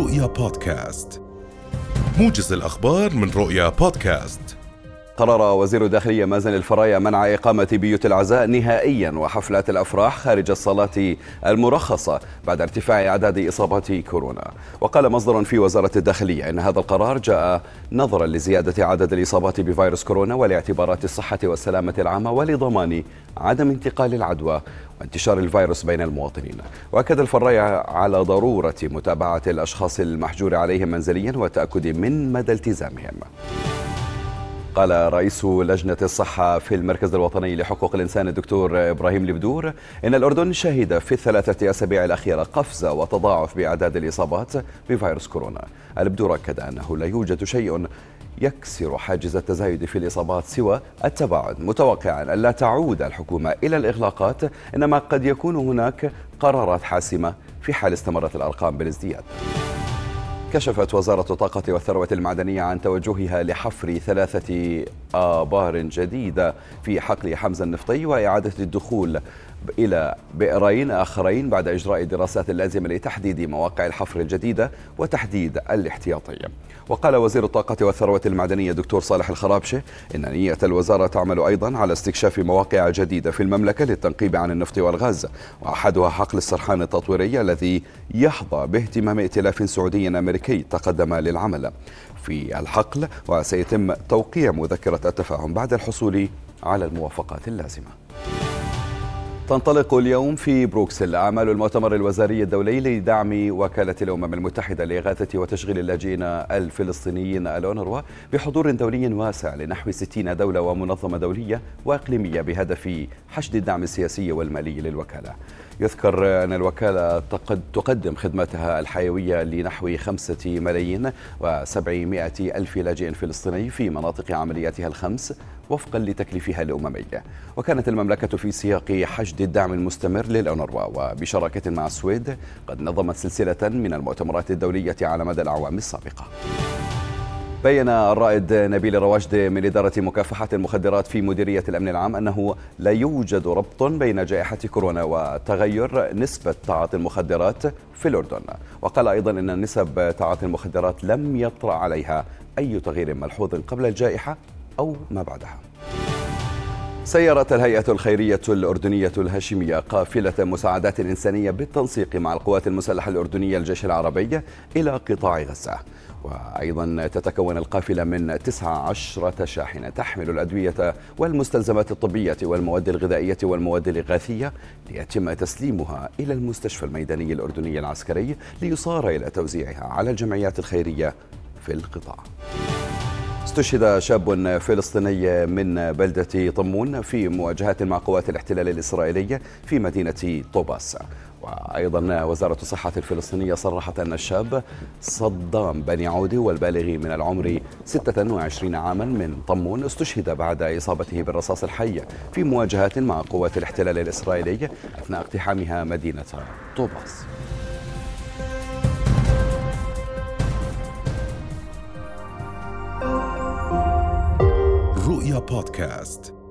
رؤيا بودكاست، موجز الأخبار من رؤيا بودكاست. قرر وزير الداخلية مازن الفرايا منع إقامة بيوت العزاء نهائيا وحفلات الأفراح خارج الصالات المرخصة بعد ارتفاع أعداد إصابات كورونا. وقال مصدر في وزارة الداخلية إن هذا القرار جاء نظرا لزيادة عدد الإصابات بفيروس كورونا ولاعتبارات الصحة والسلامة العامة ولضمان عدم انتقال العدوى وانتشار الفيروس بين المواطنين. وأكد الفرايا على ضرورة متابعة الأشخاص المحجور عليهم منزليا والتأكد من مدى التزامهم. قال رئيس لجنة الصحة في المركز الوطني لحقوق الإنسان الدكتور إبراهيم البدور إن الأردن شهد في الثلاثة أسابيع الأخيرة قفز وتضاعف بأعداد الإصابات بفيروس كورونا. البدور أكد أنه لا يوجد شيء يكسر حاجز التزايد في الإصابات سوى التباعد، متوقعا أن لا تعود الحكومة إلى الإغلاقات، إنما قد يكون هناك قرارات حاسمة في حال استمرت الأرقام بالازدياد. كشفت وزارة الطاقة والثروة المعدنية عن توجهها لحفر 3 آبار جديدة في حقل حمزة النفطي وإعادة الدخول إلى بئرين آخرين بعد إجراء دراسات لازمة لتحديد مواقع الحفر الجديدة وتحديد الاحتياطية. وقال وزير الطاقة والثروة المعدنية دكتور صالح الخرابشة إن نية الوزارة تعمل أيضا على استكشاف مواقع جديدة في المملكة للتنقيب عن النفط والغاز، وأحدها حقل السرحان التطويري الذي يحظى باهتمام ائتلاف سعودي أمريكي تقدم للعمل في الحقل، وسيتم توقيع مذكرة التفاهم بعد الحصول على الموافقات اللازمة. تنطلق اليوم في بروكسل أعمال المؤتمر الوزاري الدولي لدعم وكالة الأمم المتحدة لإغاثة وتشغيل اللاجئين الفلسطينيين الأونروا بحضور دولي واسع لنحو 60 دولة ومنظمة دولية وإقليمية بهدف حشد الدعم السياسي والمالي للوكالة. يذكر أن الوكالة تقدم خدماتها الحيوية لنحو 5,700,000 لاجئ فلسطيني في مناطق عملياتها ال5 وفقا لتكليفها الأممي. وكانت المملكة في سياق حشد الدعم المستمر للأونروا وبشراكة مع السويد قد نظمت سلسلة من المؤتمرات الدولية على مدى الأعوام السابقة. بيّن الرائد نبيل رواجد من إدارة مكافحة المخدرات في مديرية الأمن العام أنه لا يوجد ربط بين جائحة كورونا وتغير نسبة تعاطي المخدرات في الأردن. وقال أيضا أن نسب تعاطي المخدرات لم يطرأ عليها أي تغيير ملحوظ قبل الجائحة أو ما بعدها. سيرت الهيئة الخيرية الأردنية الهاشمية قافلة مساعدات إنسانية بالتنسيق مع القوات المسلحة الأردنية الجيش العربي إلى قطاع غزة. وأيضا تتكون القافلة من 19 شاحنة تحمل الأدوية والمستلزمات الطبية والمواد الغذائية والمواد الإغاثية ليتم تسليمها إلى المستشفى الميداني الأردني العسكري ليصار إلى توزيعها على الجمعيات الخيرية في القطاع. استشهد شاب فلسطيني من بلدة طمون في مواجهات مع قوات الاحتلال الإسرائيلية في مدينة طوباس. وأيضا وزارة الصحة الفلسطينية صرحت أن الشاب صدام بني عودي والبالغ من العمر 26 عاما من طمون استشهد بعد إصابته بالرصاص الحي في مواجهات مع قوات الاحتلال الإسرائيلي أثناء اقتحامها مدينة طوباس. رؤيا بودكاست.